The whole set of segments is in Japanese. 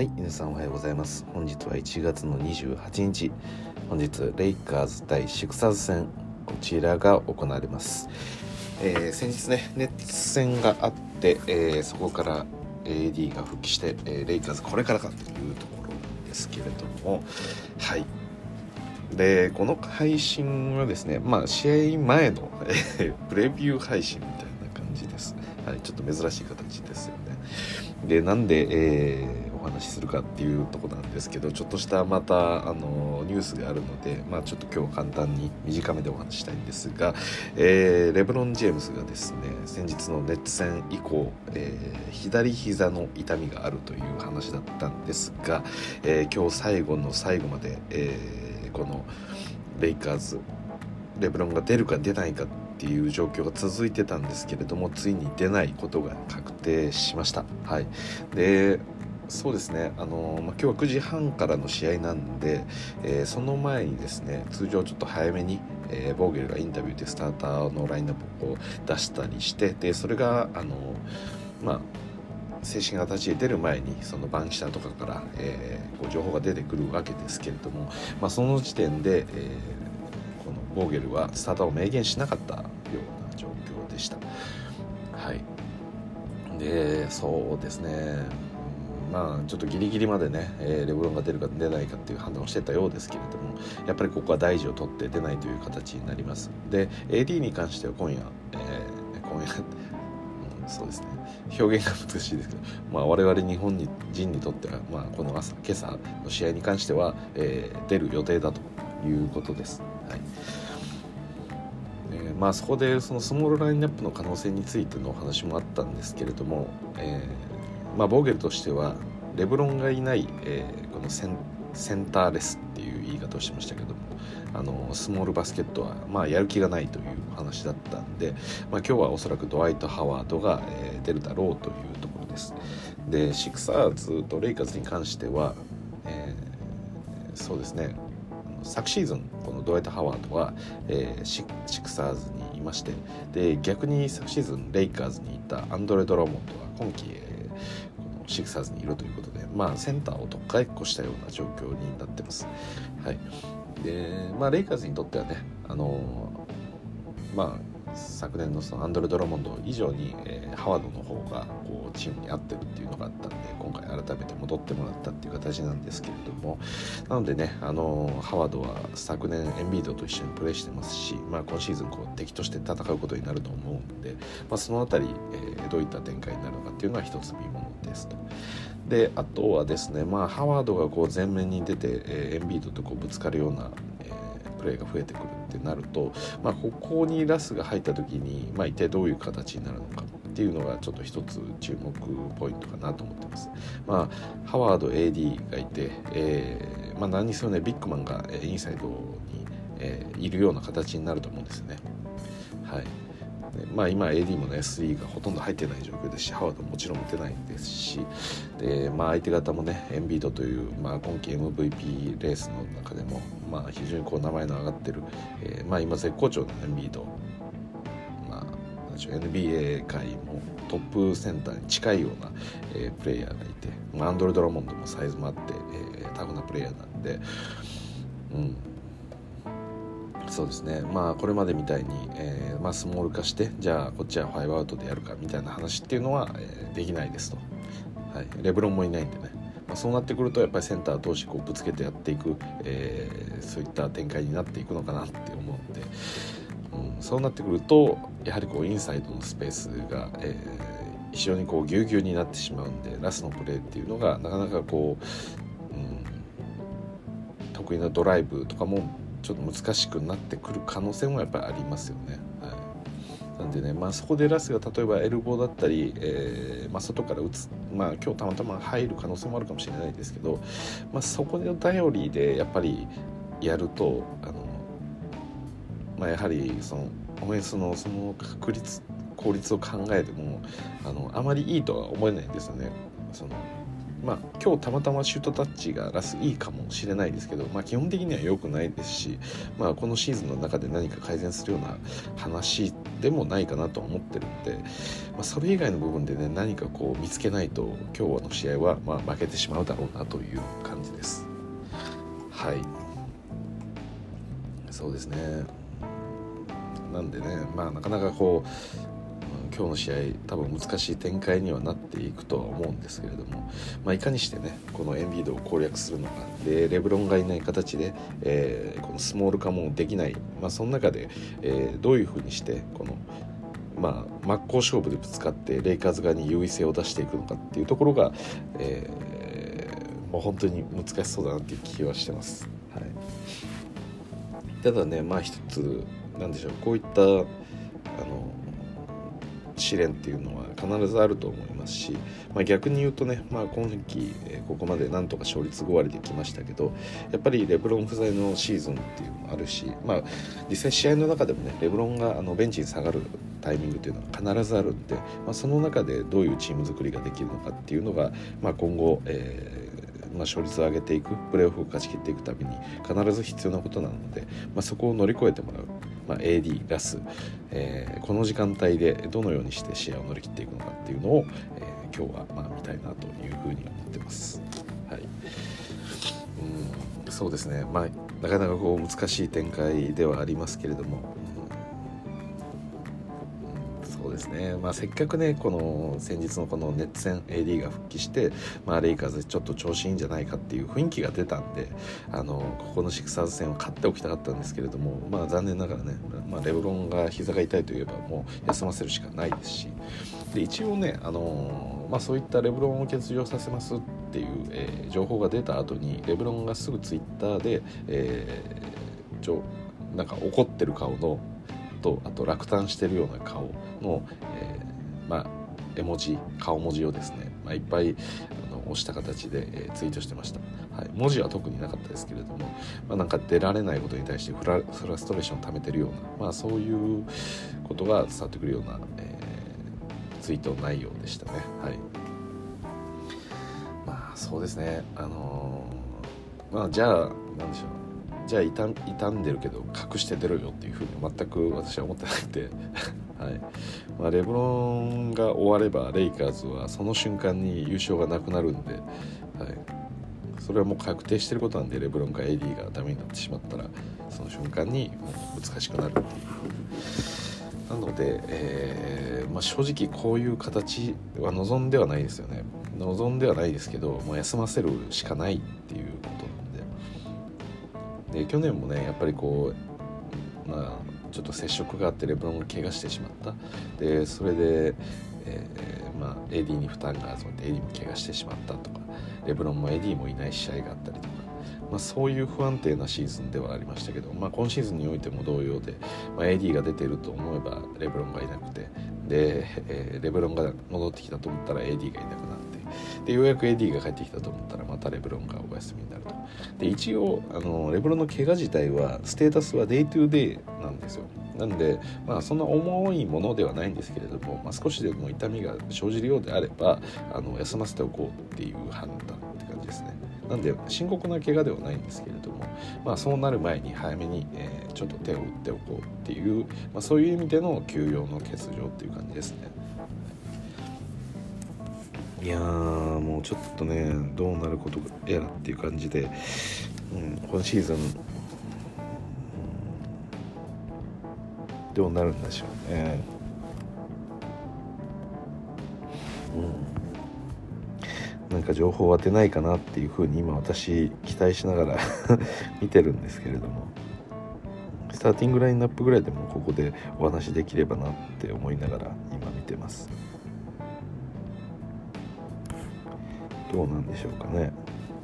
はい、皆さんおはようございます。本日は1月の28日、本日レイカーズ対シクサーズ戦、こちらが行われます。先日ね、ネッツ戦があって、そこから AD が復帰して、レイカーズこれからかというところなんですけれども、はい。で、この配信はですね、試合前のプレビュー配信みたいな感じです。はい、ちょっと珍しい形ですよね。で、なんで、お話しするかっていうところなんですけど、ちょっとしたまたニュースがあるので、ちょっと今日簡単に短めでお話ししたいんですが、レブロン・ジェームスがですね、先日のネッツ戦以降、左膝の痛みがあるという話だったんですが、今日最後の最後まで、このレイカーズ、レブロンが出るか出ないかっていう状況が続いてたんですけれども、ついに出ないことが確定しました。はい。で、そうですね、今日は9時半からの試合なんで、その前にですね、通常ちょっと早めに、ボーゲルがインタビューでスターターのラインナップを出したりして、でそれが正式な形で出る前にその番記者とかから、こう情報が出てくるわけですけれども、その時点で、このボーゲルはスターターを明言しなかったような状況でした。はい。で、そうですね、ちょっとギリギリまでね、レブロンが出るか出ないかっていう判断をしてたようですけれども、やっぱりここは大事を取って出ないという形になります。で AD に関しては今夜、そうですね、表現が難しいですけど、我々日本人にとっては、この今朝の試合に関しては、出る予定だということです。はい。そこでそのスモールラインナップの可能性についてのお話もあったんですけれども、ボーゲルとしてはレブロンがいない、このセンターレスっていう言い方をしましたけども、スモールバスケットはやる気がないという話だったんで、今日はおそらくドワイト・ハワードが、出るだろうというところです。で、シクサーズとレイカーズに関しては、そうですね、昨シーズンこのドワイト・ハワードは、シクサーズにいまして、で逆に昨シーズンレイカーズにいたアンドレ・ドラモンドは今季、このシクサーズにいるということで、センターを取っ換えっこしたような状況になってます。はい。で、レイカーズにとってはね、昨年のそのアンドレ・ドラモンド以上に、ハワードの方がこうチームに合ってるっていうのがあったんで、今回改めて戻ってもらったっていう形なんですけれども、なのでね、ハワードは昨年エンビードと一緒にプレーしてますし、今シーズンこう敵として戦うことになると思うんで、そのあたり、どういった展開になるのかっていうのは一つ見ものですと。で、あとはですね、ハワードがこう前面に出て、エンビードとこうぶつかるような、プレーが増えてくるってなると、ここにラスが入った時に、一体どういう形になるのかっていうのがちょっと一つ注目ポイントかなと思ってます。ハワード AD がいて、何にせよね、ビッグマンがインサイドに、いるような形になると思うんですよね。はい。今 AD もね S3 がほとんど入ってない状況ですし、ハワードももちろん打てないですし、で、相手方もねエンビードという、今季 MVP レースの中でも、非常にこう名前の上がってる、今絶好調のエンビード、NBA 界もトップセンターに近いような、プレイヤーがいて、アンドレ・ドラモンドもサイズもあって、タフなプレイヤーなんで、そうですね、これまでみたいに、スモール化して、じゃあこっちは5アウトでやるかみたいな話っていうのは、できないですと。はい、レブロンもいないんでね、そうなってくるとやっぱりセンター同士こうぶつけてやっていく、そういった展開になっていくのかなって思うんで、そうなってくるとやはりこうインサイドのスペースが、非常にこうぎゅうぎゅうになってしまうんで、ラスのプレーっていうのがなかなかこう、得意なドライブとかもちょっと難しくなってくる可能性もやっぱりありますよね。はい。なんでね、そこでラスが例えばエルボーだったり、外から打つ、今日たまたま入る可能性もあるかもしれないですけど、そこの頼りでやっぱりやると、やはりそのオフェンスのその効率を考えてもあまりいいとは思えないんですよね。その今日たまたまシュートタッチがラスいいかもしれないですけど、基本的には良くないですし、このシーズンの中で何か改善するような話でもないかなと思ってるんで、それ以外の部分でね何かこう見つけないと今日の試合は負けてしまうだろうなという感じです。はい、そうですね。なんでね、なかなかこう今日の試合多分難しい展開にはなっていくとは思うんですけれども、いかにしてねこのエンビードを攻略するのかで、レブロンがいない形で、このスモール化もできない、その中で、どういうふうにしてこの真っ向勝負でぶつかってレイカーズ側に優位性を出していくのかっていうところが、もう本当に難しそうだなっていう気はしてます。はい、ただね一つなんでしょう、こういった試練っていうのは必ずあると思いますし、逆に言うとね、今季ここまでなんとか勝率5割できましたけど、やっぱりレブロン不在のシーズンっていうのもあるし、実際試合の中でもねレブロンがベンチに下がるタイミングっていうのは必ずあるんで、その中でどういうチーム作りができるのかっていうのが、今後、勝率を上げていく、プレーオフを勝ち切っていくために必ず必要なことなので、そこを乗り越えてもらう、AD ラス、この時間帯でどのようにして試合を乗り切っていくのかっていうのを、今日は見たいなというふうに思ってます。はい、そうですね、なかなかこう難しい展開ではありますけれども、そうですね、せっかくねこの先日のこのネッツ戦 AD が復帰して、レイカーズちょっと調子いいんじゃないかっていう雰囲気が出たんで、ここのシクサーズ戦を勝っておきたかったんですけれども、残念ながらね、レブロンが膝が痛いといえばもう休ませるしかないですし、で一応ね、そういったレブロンを欠場させますっていう、情報が出た後にレブロンがすぐツイッターで、なんか怒ってる顔のと、あと落胆してるような顔の、絵文字、顔文字をですね、いっぱい押した形で、ツイートしてました。はい、文字は特になかったですけれども、なんか出られないことに対してフラストレーションを溜めてるような、そういうことが伝わってくるような、ツイート内容でしたね。はい、そうですね。じゃあなんでしょう。じゃあ傷んでるけど隠して出ろよっていうふうに全く私は思ってなくて、はい、レブロンが終わればレイカーズはその瞬間に優勝がなくなるんで、はい、それはもう確定してることなんで、レブロンか AD がダメになってしまったらその瞬間にもう難しくなるっていう。なので、正直こういう形は望んではないですよね。望んではないですけど、もう休ませるしかないっていうことなんで、去年もねやっぱりこう、ちょっと接触があってレブロンが怪我してしまった。でそれで、AD に負担が集まって AD も怪我してしまったとか、レブロンも AD もいない試合があったりとか、そういう不安定なシーズンではありましたけど、今シーズンにおいても同様で、AD が出ていると思えばレブロンがいなくて、で、レブロンが戻ってきたと思ったら AD がいなくなって、でようやく AD が帰ってきたと思ったらまたレブロンがお休みになると。で一応レブロンの怪我自体はステータスはデイトゥデイなんですよ。なんで、そんな重いものではないんですけれども、少しでも痛みが生じるようであれば休ませておこうっていう判断って感じですね。なんで深刻な怪我ではないんですけれども、そうなる前に早めに、ちょっと手を打っておこうっていう、そういう意味での休養の欠場っていう感じですね。いやーもうちょっとねどうなることやらっていう感じで、今シーズン、どうなるんでしょうね。なんか情報は出ないかなっていう風に今私期待しながら見てるんですけれども、スターティングラインナップぐらいでもここでお話できればなって思いながら今見てます。どうなんでしょうかね。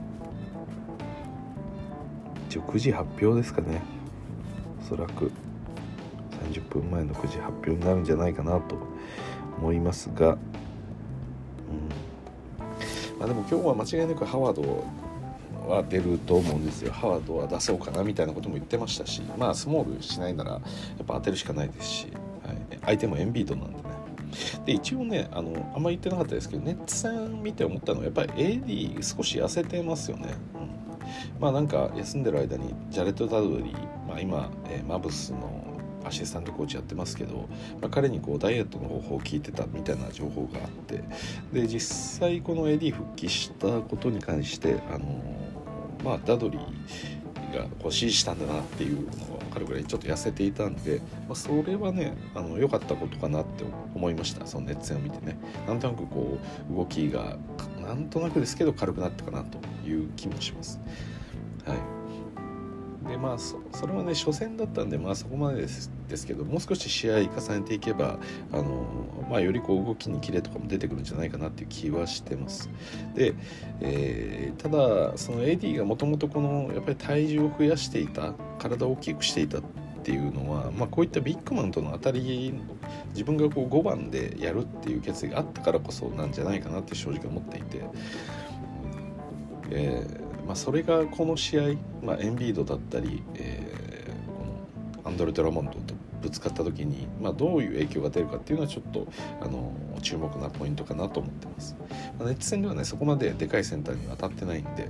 一応9時発表ですかね。おそらく30分前の9時発表になるんじゃないかなと思いますが、でも今日は間違いなくハワードは出ると思うんですよ。ハワードは出そうかなみたいなことも言ってましたし、スモールしないならやっぱ当てるしかないですし、相手もエンビードなんでね、 で一応ねあんま言ってなかったですけど、ネッツ戦見て思ったのはやっぱり AD 少し痩せてますよね。まあなんか休んでる間にジャレット・ダドリー、今、マブスのアシスタントコーチやってますけど、彼にこうダイエットの方法を聞いてたみたいな情報があって、で実際この AD 復帰したことに関してダドリーがこう指示したんだなっていうのが分かるぐらいちょっと痩せていたんで、それはね良かったことかなって思いました。その熱戦を見てね、なんとなくこう動きがなんとなくですけど軽くなったかなという気もします。はい。でそれはね初戦だったんでそこまでですけど、もう少し試合重ねていけばよりこう動きにキレとかも出てくるんじゃないかなっていう気はしてます。で、ただその AD がもともとこのやっぱり体重を増やしていた、体を大きくしていたっていうのは、こういったビッグマンとの当たり、自分がこう5番でやるっていう決意があったからこそなんじゃないかなって正直思っていて、それがこの試合、エンビードだったり、このアンドレ・ドラモンドとぶつかった時に、どういう影響が出るかっていうのはちょっと注目なポイントかなと思ってます。ネッツ戦ではねそこまででかいセンターには当たってないんで、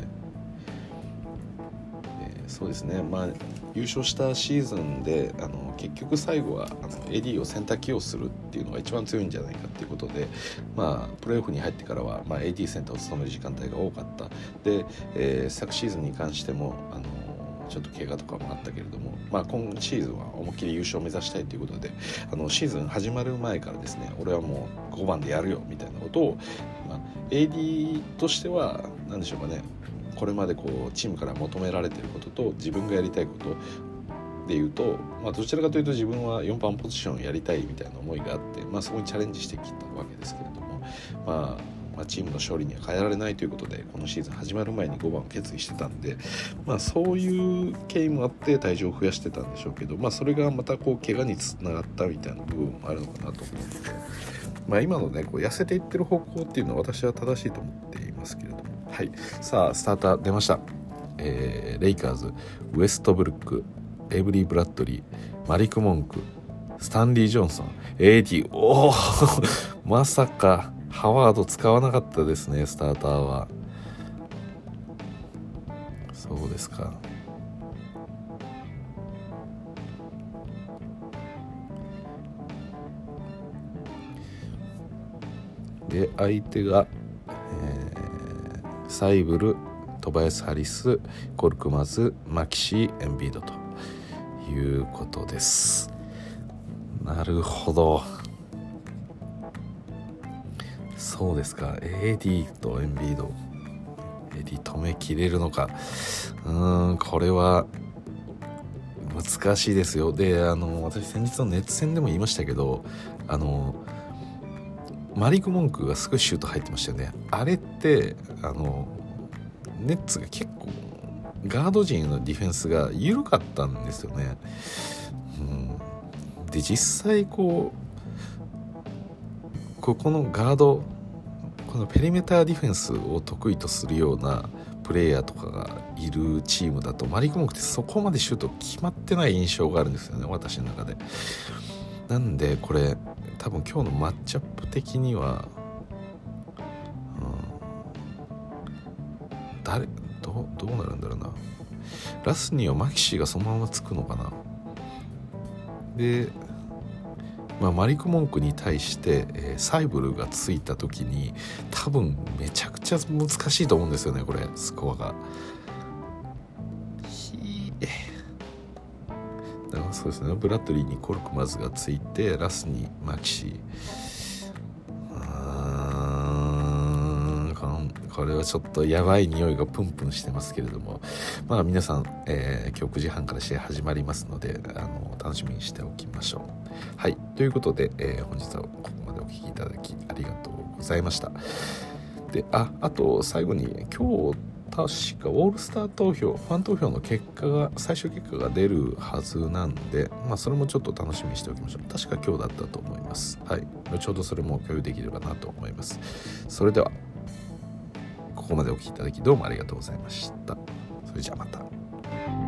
そうですね、優勝したシーズンで結局最後はAD をセンター起用するっていうのが一番強いんじゃないかっていうことで、プレーオフに入ってからは、AD センターを務める時間帯が多かった。で、昨シーズンに関してもちょっと怪我とかもあったけれども、今シーズンは思いっきり優勝を目指したいということでシーズン始まる前からですね、俺はもう5番でやるよみたいなことを、AD としては何でしょうかね、これまでこうチームから求められていることと自分がやりたいことでいうと、どちらかというと自分は4番ポジションをやりたいみたいな思いがあって、そこにチャレンジしてきたわけですけれども、チームの勝利には変えられないということでこのシーズン始まる前に5番を決意してたんで、そういう経緯もあって体重を増やしてたんでしょうけど、それがまたこう怪我につながったみたいな部分もあるのかなと思うので、今のねこう痩せていってる方向っていうのは私は正しいと思っていますけれども、はい、さあスターター出ました。レイカーズ、ウェストブルック、エイブリー・ブラッドリー、マリク・モンク、スタンリー・ジョンソン、AD、まさかハワード使わなかったですね、スターターは。そうですか。で相手が、サイブル、トバヤス・ハリス、コルクマズ、マキシー、エンビードということです。なるほど、そうですか。 AD とエンビード、 AD 止めきれるのか。これは難しいですよ。で私先日のネッツ戦でも言いましたけどマリク・モンクがすごいシュート入ってましたよね。あれってネッツが結構ガード陣のディフェンスが緩かったんですよね。で実際このガード、このペリメーターディフェンスを得意とするようなプレイヤーとかがいるチームだとマリク・モンクってそこまでシュート決まってない印象があるんですよね、私の中で。なんでこれ多分今日のマッチアップ的には、どうなるんだろうな。ラスにはマキシーがそのままつくのかな。で、マリク・モンクに対して、サイブルがついた時に多分めちゃくちゃ難しいと思うんですよね、これスコアが。だからそうですね、ブラッドリーにコルクマズがついてラスにマキシー、これはちょっとやばい匂いがプンプンしてますけれども、皆さん、今日9時半から試合始まりますので楽しみにしておきましょう。はい、ということで、本日はここまでお聞きいただきありがとうございました。であと最後に今日確かオールスター投票、ファン投票の最終結果が出るはずなんで、それもちょっと楽しみにしておきましょう。確か今日だったと思います。はい、後ほどそれも共有できればなと思います。それではここまでお聞きいただきどうもありがとうございました。それじゃあまた。